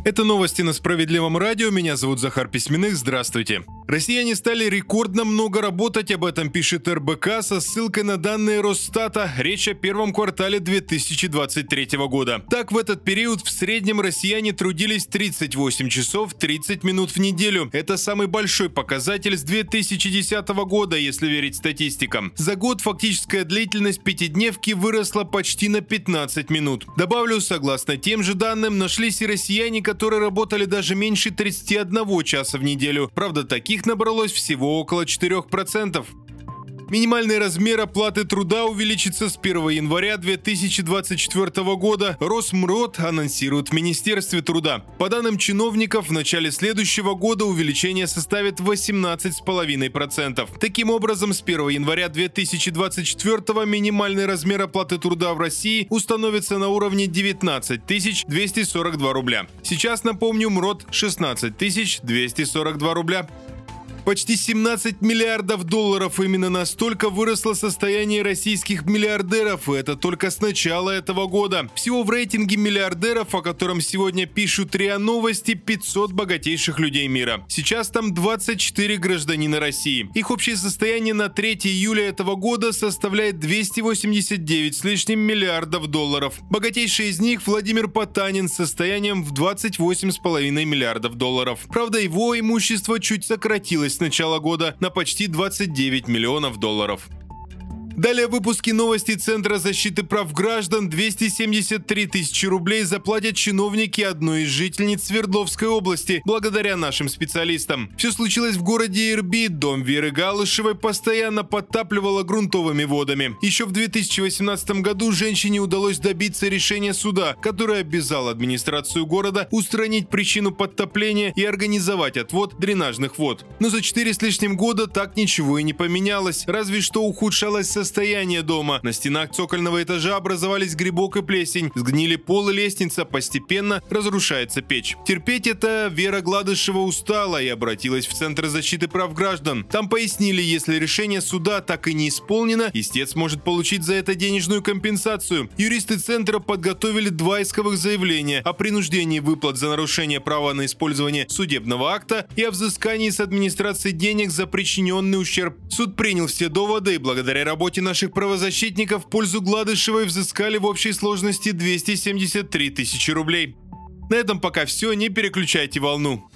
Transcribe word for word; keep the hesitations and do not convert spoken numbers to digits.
Это новости на Справедливом радио. Меня зовут Захар Письменных. Здравствуйте. Россияне стали рекордно много работать, об этом пишет эр бэ ка со ссылкой на данные Росстата. Речь о первом квартале две тысячи двадцать третьего года. Так, в этот период в среднем россияне трудились тридцать восемь часов тридцать минут в неделю. Это самый большой показатель с две тысячи десятого года, если верить статистикам. За год фактическая длительность пятидневки выросла почти на пятнадцать минут. Добавлю, согласно тем же данным, нашлись и россияне, которые работали даже меньше тридцати одного часа в неделю. Правда, таких набралось всего около четырёх процентов. Минимальный размер оплаты труда увеличится с первого января две тысячи двадцать четвёртого года. Росмрот анонсирует в Министерстве труда. По данным чиновников, в начале следующего года увеличение составит восемнадцать целых пять десятых процента. Таким образом, с первого января две тысячи двадцать четвёртого минимальный размер оплаты труда в России установится на уровне девятнадцать тысяч двести сорок два рубля. Сейчас, напомню, МРОТ шестнадцать тысяч двести сорок два рубля. Почти семнадцать миллиардов долларов. Именно настолько выросло состояние российских миллиардеров, и это только с начала этого года. Всего в рейтинге миллиардеров, о котором сегодня пишут РИА Новости, пятьсот богатейших людей мира. Сейчас там двадцать четыре гражданина России. Их общее состояние на третье июля этого года составляет двести восемьдесят девять с лишним миллиардов долларов. Богатейший из них Владимир Потанин с состоянием в двадцать восемь целых пять десятых миллиардов долларов. Правда, его имущество чуть сократилось с начала года на почти двадцать девять миллионов долларов. Далее в выпуске новости Центра защиты прав граждан. двести семьдесят три тысячи рублей заплатят чиновники одной из жительниц Свердловской области, благодаря нашим специалистам. Все случилось в городе Ирбит. Дом Веры Галышевой постоянно подтапливало грунтовыми водами. Еще в две тысячи восемнадцатом году женщине удалось добиться решения суда, который обязал администрацию города устранить причину подтопления и организовать отвод дренажных вод. Но за четыре с лишним года так ничего и не поменялось, разве что ухудшалось состояние Состояние дома. На стенах цокольного этажа образовались грибок и плесень, сгнили пол и лестница, постепенно разрушается печь. Терпеть это Вера Гладышева устала и обратилась в Центр защиты прав граждан. Там пояснили, если решение суда так и не исполнено, истец может получить за это денежную компенсацию. Юристы Центра подготовили два исковых заявления о принуждении выплат за нарушение права на использование судебного акта и о взыскании с администрации денег за причиненный ущерб. Суд принял все доводы и благодаря работе наших правозащитников в пользу Гладышевой взыскали в общей сложности двести семьдесят три тысячи рублей. На этом пока все, не переключайте волну.